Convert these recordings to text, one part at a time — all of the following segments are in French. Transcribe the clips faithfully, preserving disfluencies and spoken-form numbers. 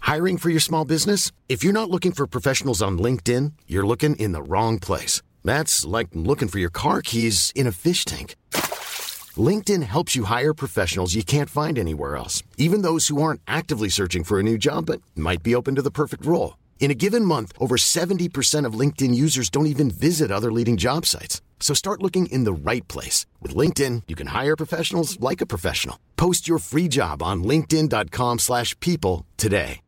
Hiring for your small business? If you're not looking for professionals on LinkedIn, you're looking in the wrong place. That's like looking for your car keys in a fish tank. LinkedIn helps you hire professionals you can't find anywhere else, even those who aren't actively searching for a new job but might be open to the perfect role. In a given month, over seventy percent of LinkedIn users don't even visit other leading job sites. So start looking in the right place. With LinkedIn, you can hire professionals like a professional. Post your free job on linkedin.com slash people today.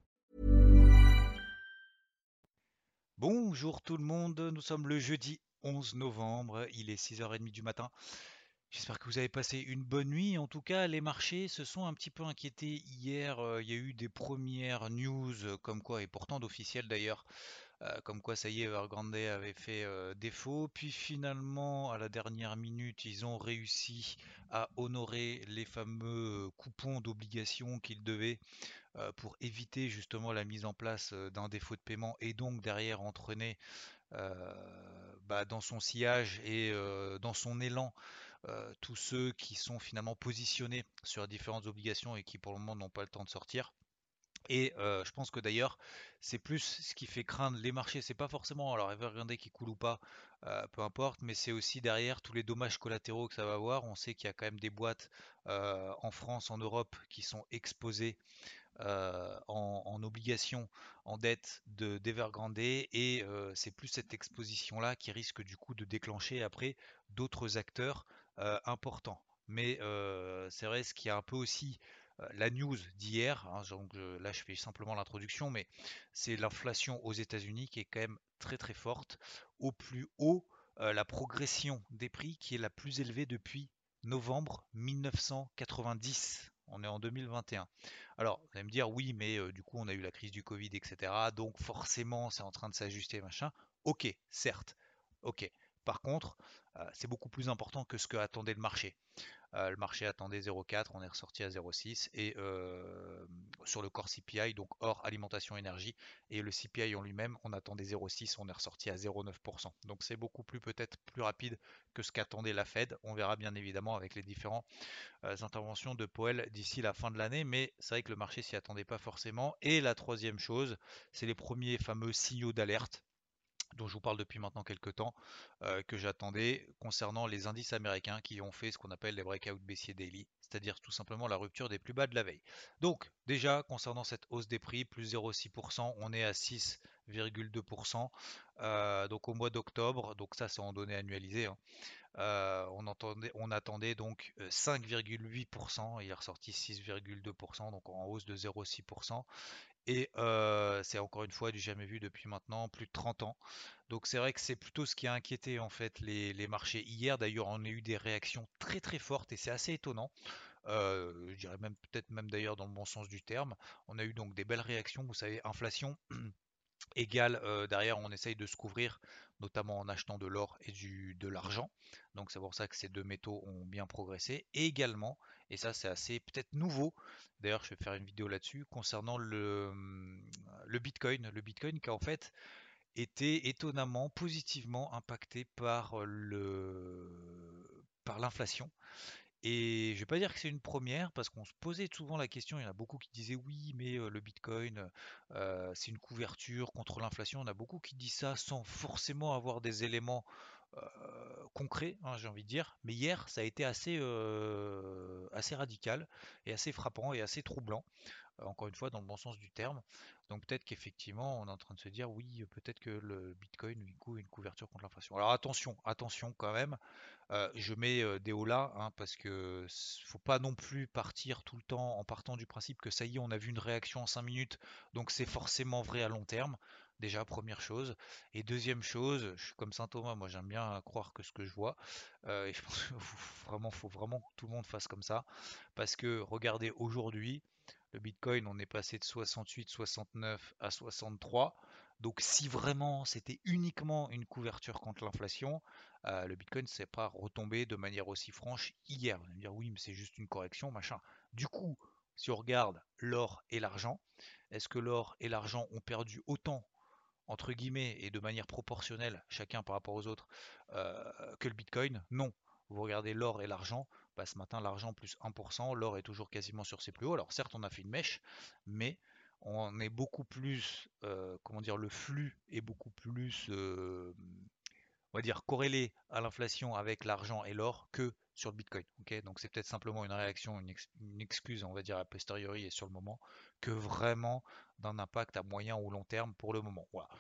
Bonjour tout le monde, nous sommes le jeudi onze novembre, il est six heures trente du matin. J'espère que vous avez passé une bonne nuit. En tout cas, les marchés se sont un petit peu inquiétés hier. Euh, Il y a eu des premières news, euh, comme quoi, et pourtant d'officiel d'ailleurs, euh, comme quoi ça y est, Evergrande avait fait euh, défaut. Puis finalement, à la dernière minute, ils ont réussi à honorer les fameux euh, coupons d'obligation qu'ils devaient euh, pour éviter justement la mise en place euh, d'un défaut de paiement et donc derrière entraîner euh, bah, dans son sillage et euh, dans son élan euh, tous ceux qui sont finalement positionnés sur différentes obligations et qui pour le moment n'ont pas le temps de sortir. Et euh, je pense que d'ailleurs, c'est plus ce qui fait craindre les marchés. C'est pas forcément alors Evergrande qui coule ou pas, euh, peu importe, mais c'est aussi derrière tous les dommages collatéraux que ça va avoir. On sait qu'il y a quand même des boîtes euh, en France, en Europe, qui sont exposées euh, en, en obligation, en dette de d'Evergrande et euh, c'est plus cette exposition-là qui risque du coup de déclencher après d'autres acteurs euh, importants. Mais euh, c'est vrai, ce qui est un peu aussi euh, la news d'hier, hein, donc je- là je fais simplement l'introduction, mais c'est l'inflation aux États-Unis qui est quand même très très forte, au plus haut, euh, la progression des prix qui est la plus élevée depuis novembre mille neuf cent quatre-vingt-dix. On est en deux mille vingt et un. Alors, vous allez me dire, oui, mais euh, du coup, on a eu la crise du Covid, et cetera. Donc, forcément, c'est en train de s'ajuster, machin. Ok, certes. Ok. Par contre, euh, c'est beaucoup plus important que ce que attendait le marché. Euh, le marché attendait zéro virgule quatre, on est ressorti à zéro virgule six et euh, sur le core C P I, donc hors alimentation énergie, et le C P I en lui-même, on attendait zéro virgule six, on est ressorti à zéro virgule neuf pour cent. Donc c'est beaucoup plus peut-être plus rapide que ce qu'attendait la Fed. On verra bien évidemment avec les différents euh, interventions de Powell d'ici la fin de l'année, mais c'est vrai que le marché s'y attendait pas forcément. Et la troisième chose, c'est les premiers fameux signaux d'alerte dont je vous parle depuis maintenant quelques temps, euh, que j'attendais concernant les indices américains qui ont fait ce qu'on appelle les breakouts baissiers daily, c'est-à-dire tout simplement la rupture des plus bas de la veille. Donc déjà, concernant cette hausse des prix, plus zéro virgule six pour cent, on est à six virgule deux pour cent euh, donc au mois d'octobre, donc ça c'est en données annualisées, hein. Euh, on, entendait, on attendait donc euh, cinq virgule huit pour cent, il est ressorti six virgule deux pour cent, donc en hausse de zéro virgule six pour cent. Et euh, c'est encore une fois du jamais vu depuis maintenant plus de trente ans. Donc c'est vrai que c'est plutôt ce qui a inquiété en fait les, les marchés hier. D'ailleurs, on a eu des réactions très très fortes et c'est assez étonnant. Euh, je dirais même peut-être même d'ailleurs dans le bon sens du terme. On a eu donc des belles réactions. Vous savez, inflation égale euh, derrière on essaye de se couvrir, notamment en achetant de l'or et du, de l'argent. Donc c'est pour ça que ces deux métaux ont bien progressé. Et également, et ça c'est assez peut-être nouveau, d'ailleurs je vais faire une vidéo là-dessus, concernant le, le Bitcoin. Le Bitcoin qui a en fait été étonnamment positivement impacté par le par l'inflation. Et je vais pas dire que c'est une première parce qu'on se posait souvent la question, il y en a beaucoup qui disaient oui, mais euh, le Bitcoin, euh, c'est une couverture contre l'inflation. On a beaucoup qui disent ça sans forcément avoir des éléments euh, concrets, hein, j'ai envie de dire. Mais hier, ça a été assez, euh, assez radical et assez frappant et assez troublant, euh, encore une fois dans le bon sens du terme. Donc peut-être qu'effectivement, on est en train de se dire oui, peut-être que le Bitcoin du coup, est une couverture contre l'inflation. Alors attention, attention quand même. Euh, je mets euh, des hauts là, hein, parce que s- faut pas non plus partir tout le temps en partant du principe que ça y est, on a vu une réaction en cinq minutes, donc c'est forcément vrai à long terme. Déjà, première chose. Et deuxième chose, je suis comme Saint Thomas, moi j'aime bien croire que ce que je vois. Euh, et je pense qu'il faut vraiment, faut vraiment que tout le monde fasse comme ça. Parce que regardez, aujourd'hui, le Bitcoin, on est passé de soixante-huit, soixante-neuf à soixante-trois. Donc si vraiment c'était uniquement une couverture contre l'inflation, euh, le Bitcoin ne s'est pas retombé de manière aussi franche hier. Vous allez me dire oui, mais c'est juste une correction, machin. Du coup, si on regarde l'or et l'argent, est-ce que l'or et l'argent ont perdu autant, entre guillemets, et de manière proportionnelle, chacun par rapport aux autres, euh, que le Bitcoin? Non. Vous regardez l'or et l'argent, bah, ce matin l'argent plus un pour cent, l'or est toujours quasiment sur ses plus hauts. Alors certes on a fait une mèche, mais on est beaucoup plus, euh, comment dire, le flux est beaucoup plus, euh, on va dire, corrélé à l'inflation avec l'argent et l'or que sur le Bitcoin. Ok, donc c'est peut-être simplement une réaction, une, ex- une excuse, on va dire, a posteriori et sur le moment, que vraiment d'un impact à moyen ou long terme pour le moment. Voilà.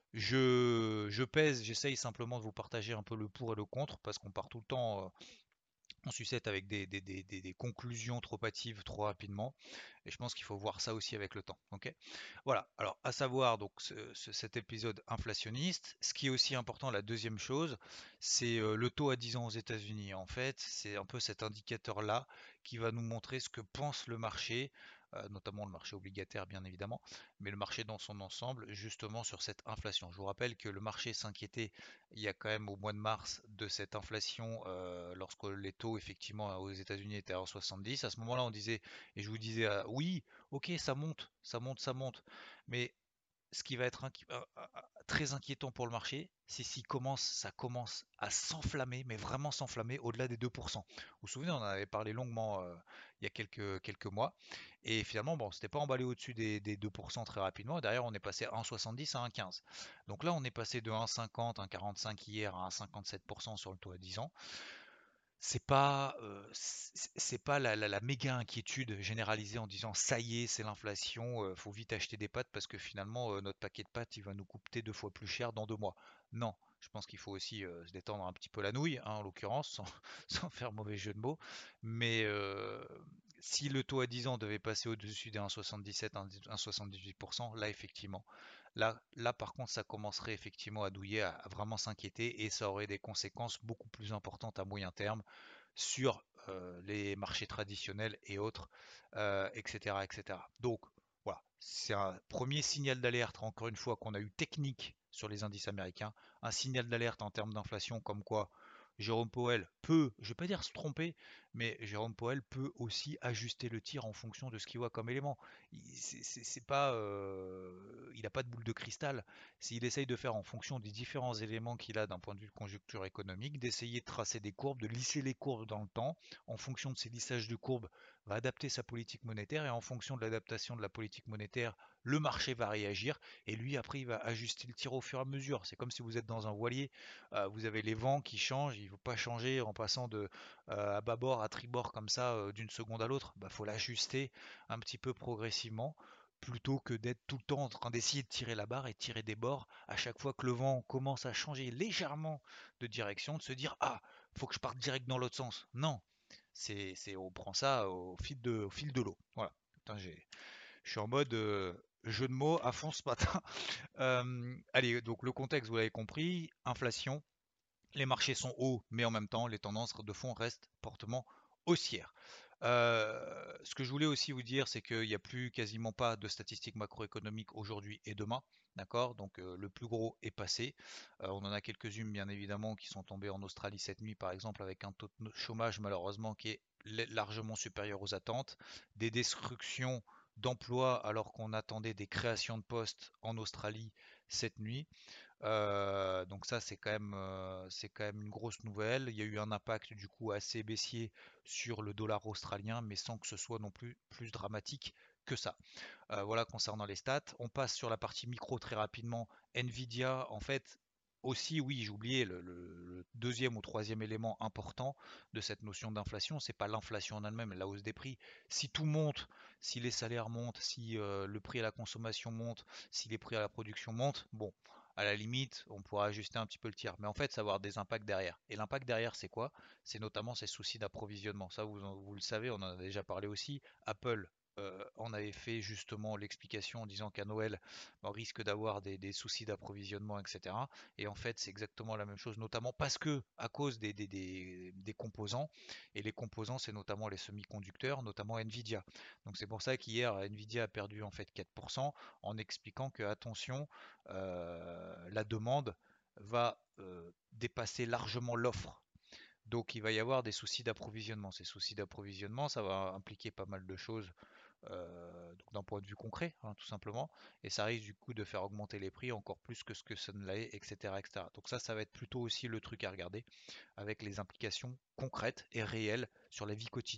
Je, je pèse, j'essaye simplement de vous partager un peu le pour et le contre, parce qu'on part tout le temps euh, en sucette avec des, des- des- des- des conclusions trop hâtives trop rapidement. Et je pense qu'il faut voir ça aussi avec le temps. Ok. Voilà. Alors, à savoir donc ce- ce- cet épisode inflationniste. Ce qui est aussi important, la deuxième chose, c'est euh, le taux à dix ans aux États-Unis. En fait, c'est un peu cet indicateur-là qui va nous montrer ce que pense le marché, euh, notamment le marché obligataire, bien évidemment, mais le marché dans son ensemble, justement sur cette inflation. Je vous rappelle que le marché s'inquiétait il y a quand même au mois de mars de cette inflation euh, lorsque les taux effectivement aux États-Unis étaient à un virgule soixante-dix. À ce moment-là, on disait, et je vous disais, ah, oui, ok, ça monte, ça monte, ça monte. Mais ce qui va être inqui- euh, euh, très inquiétant pour le marché, c'est s'il commence, ça commence à s'enflammer, mais vraiment s'enflammer au-delà des deux pour cent. Vous vous souvenez, on en avait parlé longuement euh, il y a quelques, quelques mois. Et finalement, bon, c'était pas emballé au-dessus des, des deux pour cent très rapidement. Et derrière, on est passé à un virgule soixante-dix à un virgule quinze. Donc là, on est passé de un virgule cinquante, un virgule quarante-cinq hier à un virgule cinquante-sept pour cent sur le taux à dix ans. C'est pas, euh, c'est c'est pas la, la- la méga inquiétude généralisée en disant ça y est, c'est l'inflation, euh, faut vite acheter des pâtes parce que finalement euh, notre paquet de pâtes il va nous coûter deux fois plus cher dans deux mois. Non, je pense qu'il faut aussi euh, se détendre un petit peu la nouille, hein, en l'occurrence, sans, sans faire mauvais jeu de mots. Mais euh, si le taux à dix ans devait passer au-dessus des un virgule soixante-dix-sept, un virgule soixante-dix-huit pour cent, là effectivement, là, là par contre ça commencerait effectivement à douiller, à, à vraiment s'inquiéter et ça aurait des conséquences beaucoup plus importantes à moyen terme sur euh, les marchés traditionnels et autres, euh, et cetera, et cetera. Donc voilà, c'est un premier signal d'alerte, encore une fois, qu'on a eu technique sur les indices américains, un signal d'alerte en termes d'inflation, comme quoi Jérôme Powell peut, je ne vais pas dire se tromper, mais Jérôme Powell peut aussi ajuster le tir en fonction de ce qu'il voit comme élément. Il c'est- c'est- c'est pas, euh, il n'a pas de boule de cristal. S'il essaye de faire en fonction des différents éléments qu'il a d'un point de vue de conjoncture économique, d'essayer de tracer des courbes, de lisser les courbes dans le temps, en fonction de ces lissages de courbes, va adapter sa politique monétaire et en fonction de l'adaptation de la politique monétaire, le marché va réagir et lui après il va ajuster le tir au fur et à mesure. C'est comme si vous êtes dans un voilier, euh, vous avez les vents qui changent, il ne faut pas changer en passant de euh, à bâbord à tribord comme ça euh, d'une seconde à l'autre. Il bah, faut l'ajuster un petit peu progressivement plutôt que d'être tout le temps en train d'essayer de tirer la barre et de tirer des bords à chaque fois que le vent commence à changer légèrement de direction, de se dire ah, faut que je parte direct dans l'autre sens. Non, c'est, c'est on prend ça au fil de, au fil de l'eau. Voilà. Putain, j'ai, je suis en mode euh, jeu de mots à fond ce matin. Euh, allez, donc le contexte, vous l'avez compris, inflation, les marchés sont hauts, mais en même temps, les tendances de fond restent fortement haussières. Euh, ce que je voulais aussi vous dire, c'est qu'il n'y a plus quasiment pas de statistiques macroéconomiques aujourd'hui et demain. D'accord. Donc euh, le plus gros est passé. Euh, on en a quelques-unes, bien évidemment, qui sont tombées en Australie cette nuit, par exemple, avec un taux de chômage, malheureusement, qui est largement supérieur aux attentes. Des destructions d'emplois alors qu'on attendait des créations de postes en Australie cette nuit. Euh, donc ça c'est quand même euh, c'est quand même une grosse nouvelle. Il y a eu un impact du coup assez baissier sur le dollar australien, mais sans que ce soit non plus plus dramatique que ça. Euh, voilà concernant les stats. On passe sur la partie micro très rapidement. Nvidia, en fait, aussi, oui, j'ai oublié le, le- le deuxième ou troisième élément important de cette notion d'inflation, c'est pas l'inflation en elle-même, la hausse des prix. Si tout monte, si les salaires montent, si euh, le prix à la consommation monte, si les prix à la production montent, bon, à la limite, on pourra ajuster un petit peu le tir. Mais en fait, ça va avoir des impacts derrière. Et l'impact derrière, c'est quoi? C'est notamment ces soucis d'approvisionnement. Ça, vous, en- vous le savez, on en a déjà parlé aussi. Apple euh, on avait fait justement l'explication en disant qu'à Noël, on risque d'avoir des, des soucis d'approvisionnement, et cetera. Et en fait, c'est exactement la même chose, notamment parce que à cause des, des- des- des composants, et les composants, c'est notamment les semi-conducteurs, notamment Nvidia. Donc c'est pour ça qu'hier, Nvidia a perdu en fait quatre pour cent en expliquant que, attention, euh, la demande va euh, dépasser largement l'offre. Donc il va y avoir des soucis d'approvisionnement. Ces soucis d'approvisionnement, ça va impliquer pas mal de choses euh, donc d'un point de vue concret, hein, tout simplement, et ça risque du coup de faire augmenter les prix encore plus que ce que ça ne l'est, et cetera, et cetera. Donc ça, ça va être plutôt aussi le truc à regarder avec les implications concrètes et réelles sur la vie quotidienne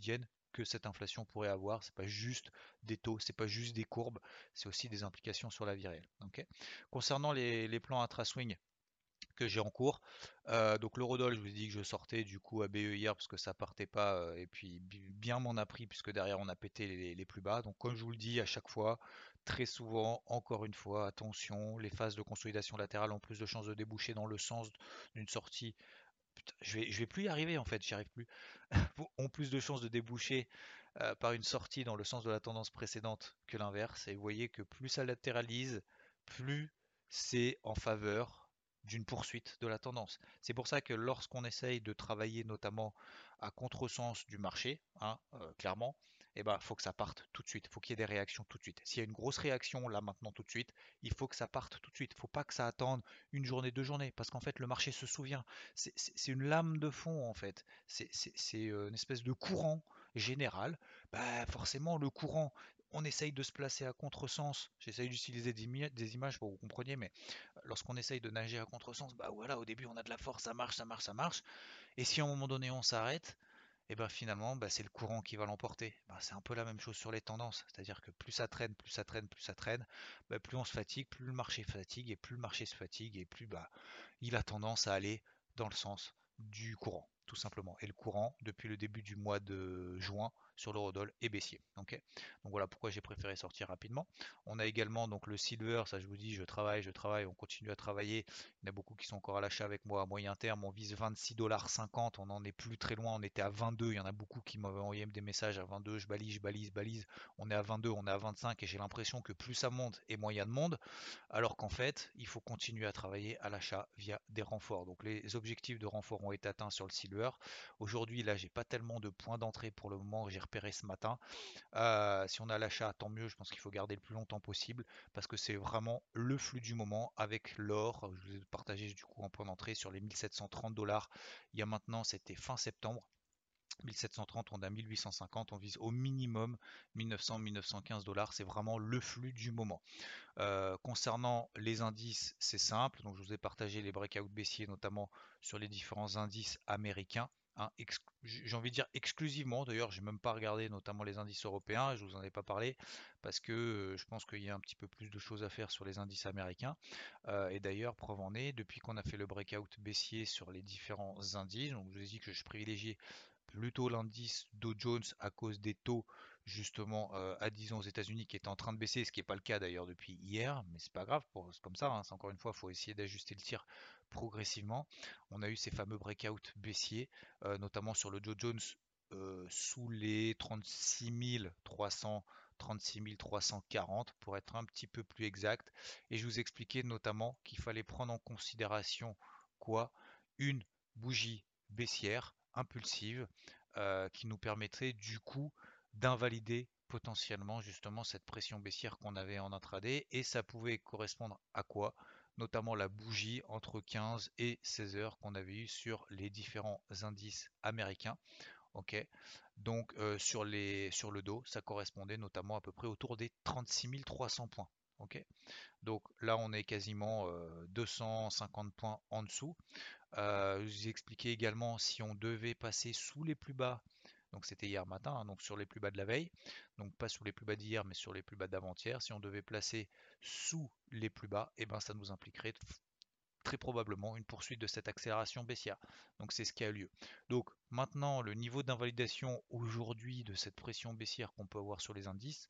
que cette inflation pourrait avoir. C'est pas juste des taux, c'est pas juste des courbes, c'est aussi des implications sur la vie réelle. Okay. Concernant les, les plans intra-swing que j'ai en cours. Euh, donc l'eurodoll, je vous ai dit que je sortais du coup à B E hier parce que ça partait pas euh, et puis bien m'en a pris puisque derrière on a pété les, les plus bas. Donc comme je vous le dis à chaque fois, très souvent, encore une fois, attention, les phases de consolidation latérale ont plus de chances de déboucher dans le sens d'une sortie. Putain, je vais, je vais plus y arriver en fait, j'y arrive plus. Ont plus de chances de déboucher euh, par une sortie dans le sens de la tendance précédente que l'inverse. Et vous voyez que plus ça latéralise, plus c'est en faveur d'une poursuite de la tendance. C'est pour ça que lorsqu'on essaye de travailler notamment à contresens du marché, hein, euh, clairement, eh ben, faut que ça parte tout de suite. Il faut qu'il y ait des réactions tout de suite. S'il y a une grosse réaction là maintenant tout de suite, il faut que ça parte tout de suite. Il ne faut pas que ça attende une journée, deux journées, parce qu'en fait le marché se souvient. C'est une lame de fond en fait. C'est euh, une espèce de courant général. Bah, forcément, le courant, on essaye de se placer à contresens. J'essaye d'utiliser des, des, images pour que vous compreniez, mais lorsqu'on essaye de nager à contresens, bah voilà, au début on a de la force, ça marche, ça marche, ça marche. Et si à un moment donné on s'arrête, et ben finalement bah, c'est le courant qui va l'emporter. Bah, c'est un peu la même chose sur les tendances, c'est-à-dire que plus ça traîne, plus ça traîne, plus ça traîne, bah, plus on se fatigue, plus le marché fatigue, et plus le marché se fatigue, et plus bah, il a tendance à aller dans le sens du courant, tout simplement. Et le courant, depuis le début du mois de juin, sur l'eurodoll est baissier. Okay, donc voilà pourquoi j'ai préféré sortir rapidement. On a également donc le silver, ça je vous dis, je travaille, je travaille, on continue à travailler. Il y en a beaucoup qui sont encore à l'achat avec moi à moyen terme. On vise vingt-six dollars cinquante, on n'en est plus très loin, on était à vingt-deux. Il y en a beaucoup qui m'avaient envoyé des messages à vingt-deux, je balise, je balise, balise. On est à vingt-deux, on est à vingt-cinq et j'ai l'impression que plus ça monte et moins il y a de monde. Alors qu'en fait, il faut continuer à travailler à l'achat via des renforts. Donc les objectifs de renfort ont été atteints sur le silver. Aujourd'hui, là, j'ai pas tellement de points d'entrée pour le moment, j'ai repéré ce matin. Euh, si on a l'achat, tant mieux, je pense qu'il faut garder le plus longtemps possible parce que c'est vraiment le flux du moment avec l'or. Je vous ai partagé du coup un point d'entrée sur les mille sept cent trente dollars. Il y a maintenant, c'était fin septembre. mille sept cent trente, on a mille huit cent cinquante, on vise au minimum mille neuf cents, mille neuf cent quinze dollars, c'est vraiment le flux du moment. Euh, concernant les indices, c'est simple. Donc, je vous ai partagé les breakouts baissiers, notamment sur les différents indices américains. Hein, j'ai envie de dire exclusivement, d'ailleurs, j'ai même pas regardé notamment les indices européens, je vous en ai pas parlé parce que euh, je pense qu'il y a un petit peu plus de choses à faire sur les indices américains. Euh, et d'ailleurs, preuve en est, depuis qu'on a fait le breakout baissier sur les différents indices, donc je vous ai dit que je privilégiais plutôt l'indice Dow Jones à cause des taux justement euh, à dix ans aux États-Unis qui est en train de baisser, ce qui n'est pas le cas d'ailleurs depuis hier, mais c'est pas grave, c'est comme ça, hein, c'est encore une fois, il faut essayer d'ajuster le tir progressivement. On a eu ces fameux breakouts baissiers, euh, notamment sur le Dow Jones euh, sous les trente-six mille trois cents, trente-six mille trois cent quarante pour être un petit peu plus exact. Et je vous expliquais notamment qu'il fallait prendre en considération quoi? Une bougie baissière impulsive euh, qui nous permettrait du coup d'invalider potentiellement justement cette pression baissière qu'on avait en intraday et ça pouvait correspondre à quoi? Notamment la bougie entre quinze et seize heures qu'on avait eu sur les différents indices américains. Ok, donc euh, sur, les, sur le dos, ça correspondait notamment à peu près autour des trente-six mille trois cents points. Ok, donc là on est quasiment euh, deux cent cinquante points en dessous. Euh, je vous ai expliqué également si on devait passer sous les plus bas, donc c'était hier matin, hein, donc sur les plus bas de la veille, donc pas sur les plus bas d'hier, mais sur les plus bas d'avant-hier. Si on devait placer sous les plus bas, et eh ben ça nous impliquerait très probablement une poursuite de cette accélération baissière. Donc c'est ce qui a eu lieu. Donc maintenant, le niveau d'invalidation aujourd'hui de cette pression baissière qu'on peut avoir sur les indices,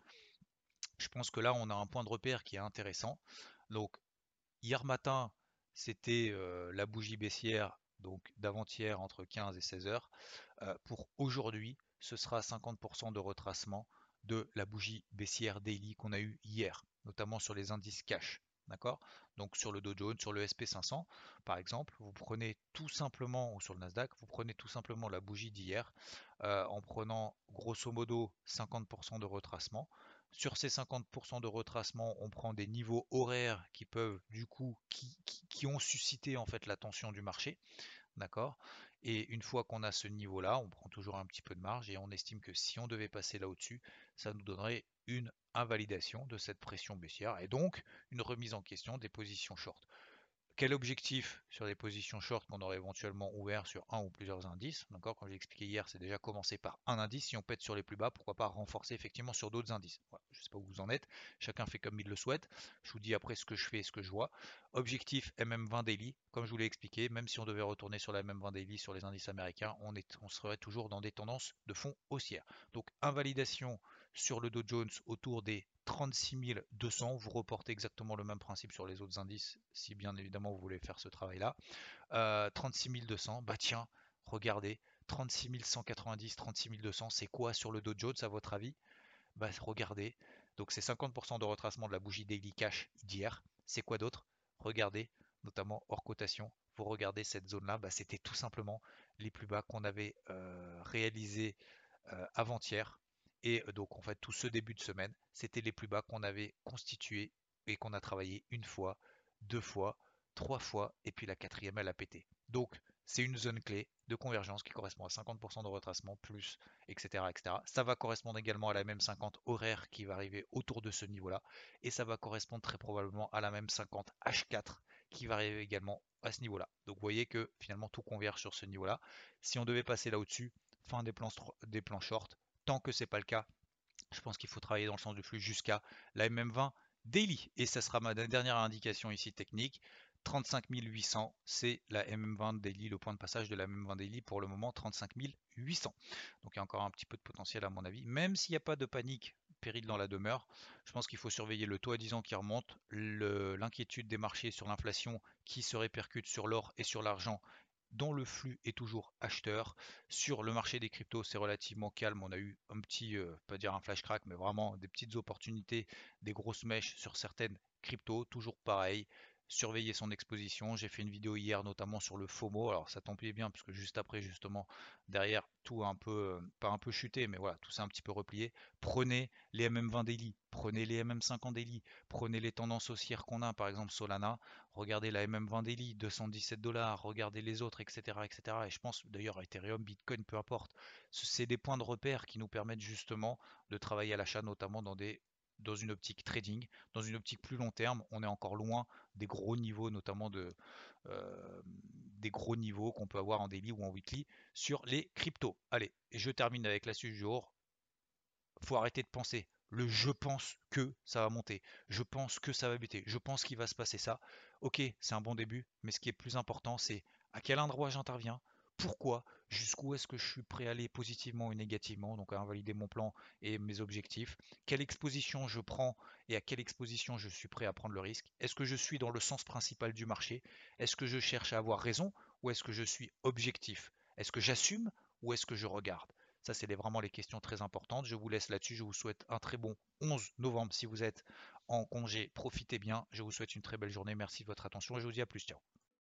je pense que là on a un point de repère qui est intéressant. Donc hier matin, c'était euh, la bougie baissière donc d'avant-hier entre quinze et seize heures. Euh, pour aujourd'hui, ce sera cinquante pour cent de retracement de la bougie baissière daily qu'on a eu hier, notamment sur les indices cash. D'accord? Donc sur le Dow Jones, sur le S P cinq cents, par exemple, vous prenez tout simplement, ou sur le Nasdaq, vous prenez tout simplement la bougie d'hier euh, en prenant grosso modo cinquante pour cent de retracement. Sur ces cinquante pour cent de retracement, on prend des niveaux horaires qui peuvent du coup, qui, qui, qui ont suscité en fait l'attention du marché, d'accord? Et une fois qu'on a ce niveau-là, on prend toujours un petit peu de marge et on estime que si on devait passer là au-dessus, ça nous donnerait une invalidation de cette pression baissière et donc une remise en question des positions short. quel objectif sur les positions short qu'on aurait éventuellement ouvert sur un ou plusieurs indices. D'accord, comme j'ai expliqué hier, c'est déjà commencer par un indice. Si on pète sur les plus bas, pourquoi pas renforcer effectivement sur d'autres indices. Voilà, je ne sais pas où vous en êtes. Chacun fait comme il le souhaite. Je vous dis après ce que je fais et ce que je vois. Objectif M M vingt daily, comme je vous l'ai expliqué, même si on devait retourner sur la M M vingt daily sur les indices américains, on, est, on serait toujours dans des tendances de fond haussières. Donc invalidation sur le Dow Jones autour des trente-six mille deux cents, vous reportez exactement le même principe sur les autres indices, si bien évidemment vous voulez faire ce travail-là. Euh, trente-six mille deux cents, bah tiens, regardez, trente-six mille cent quatre-vingt-dix, trente-six mille deux cents, c'est quoi sur le Dow Jones à votre avis? Bah regardez, donc c'est cinquante pour cent de retracement de la bougie Daily Cash d'hier. C'est quoi d'autre? Regardez, notamment hors cotation, vous regardez cette zone-là, bah, c'était tout simplement les plus bas qu'on avait euh, réalisés euh, avant-hier. Et donc en fait tout ce début de semaine, c'était les plus bas qu'on avait constitués et qu'on a travaillé une fois, deux fois, trois fois, et puis la quatrième elle a pété. Donc c'est une zone clé de convergence qui correspond à cinquante pour cent de retracement plus, et cetera, et cetera. Ça va correspondre également à la même cinquante horaire qui va arriver autour de ce niveau-là, et ça va correspondre très probablement à la même cinquante H quatre qui va arriver également à ce niveau-là. Donc vous voyez que finalement tout converge sur ce niveau-là. Si on devait passer là au-dessus, fin des plans, des plans short. Tant que ce n'est pas le cas, je pense qu'il faut travailler dans le sens du flux jusqu'à la M M vingt daily. Et ça sera ma dernière indication ici technique. trente-cinq mille huit cents, c'est la M M vingt daily, le point de passage de la M M vingt daily pour le moment, trente-cinq mille huit cents. Donc il y a encore un petit peu de potentiel à mon avis, même s'il n'y a pas de panique, péril dans la demeure. Je pense qu'il faut surveiller le taux à dix ans qui remonte, l'inquiétude des marchés sur l'inflation qui se répercute sur l'or et sur l'argent, dont le flux est toujours acheteur. Sur le marché des cryptos, c'est relativement calme. On a eu un petit, euh, pas dire un flash crack, mais vraiment des petites opportunités, des grosses mèches sur certaines cryptos. Toujours pareil, surveiller son exposition. J'ai fait une vidéo hier notamment sur le FOMO. Alors ça tombait bien parce que juste après, justement, derrière, tout a un peu, euh, pas un peu chuté, mais voilà, tout s'est un petit peu replié. Prenez les M M vingt daily, prenez les M M cinquante daily, prenez les tendances haussières qu'on a, par exemple Solana. Regardez la M M vingt daily, deux cent dix-sept dollars, regardez les autres, et cetera, et cetera. Et je pense d'ailleurs Ethereum, Bitcoin, peu importe. C'est des points de repère qui nous permettent justement de travailler à l'achat, notamment dans des dans une optique trading, dans une optique plus long terme. On est encore loin des gros niveaux, notamment de euh, des gros niveaux qu'on peut avoir en daily ou en weekly sur les cryptos. Allez, et je termine avec l'astuce du jour. Faut arrêter de penser. Le je pense que ça va monter, je pense que ça va baisser, je pense qu'il va se passer ça. Ok, c'est un bon début, mais ce qui est plus important, c'est à quel endroit j'interviens, pourquoi, jusqu'où est-ce que je suis prêt à aller positivement ou négativement, donc à invalider mon plan et mes objectifs, quelle exposition je prends et à quelle exposition je suis prêt à prendre le risque. Est-ce que je suis dans le sens principal du marché? Est-ce que je cherche à avoir raison ou est-ce que je suis objectif? Est-ce que j'assume ou est-ce que je regarde? Ça, c'est vraiment les questions très importantes. Je vous laisse là-dessus. Je vous souhaite un très bon onze novembre. Si vous êtes en congé, profitez bien. Je vous souhaite une très belle journée. Merci de votre attention et je vous dis à plus. Ciao.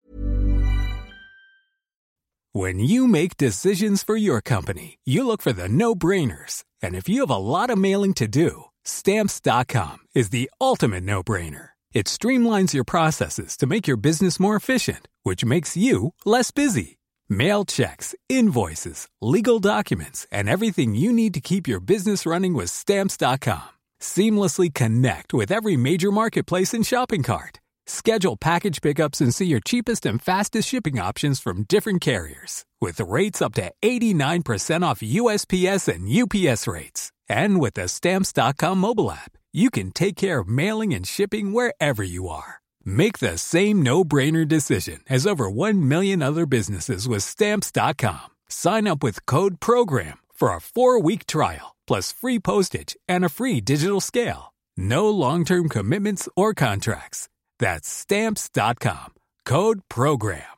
When you make decisions for your company, you look for the no-brainers. And if you have a lot of mailing to do, Stamps dot com is the ultimate no-brainer. It streamlines your processes to make your business more efficient, which makes you less busy. Mail checks, invoices, legal documents, and everything you need to keep your business running with Stamps dot com. Seamlessly connect with every major marketplace and shopping cart. Schedule package pickups and see your cheapest and fastest shipping options from different carriers. With rates up to eighty-nine percent off U S P S and U P S rates. And with the Stamps dot com mobile app, you can take care of mailing and shipping wherever you are. Make the same no-brainer decision as over one million other businesses with Stamps dot com. Sign up with code PROGRAM for a four-week trial, plus free postage and a free digital scale. No long-term commitments or contracts. That's Stamps dot com. Code PROGRAM.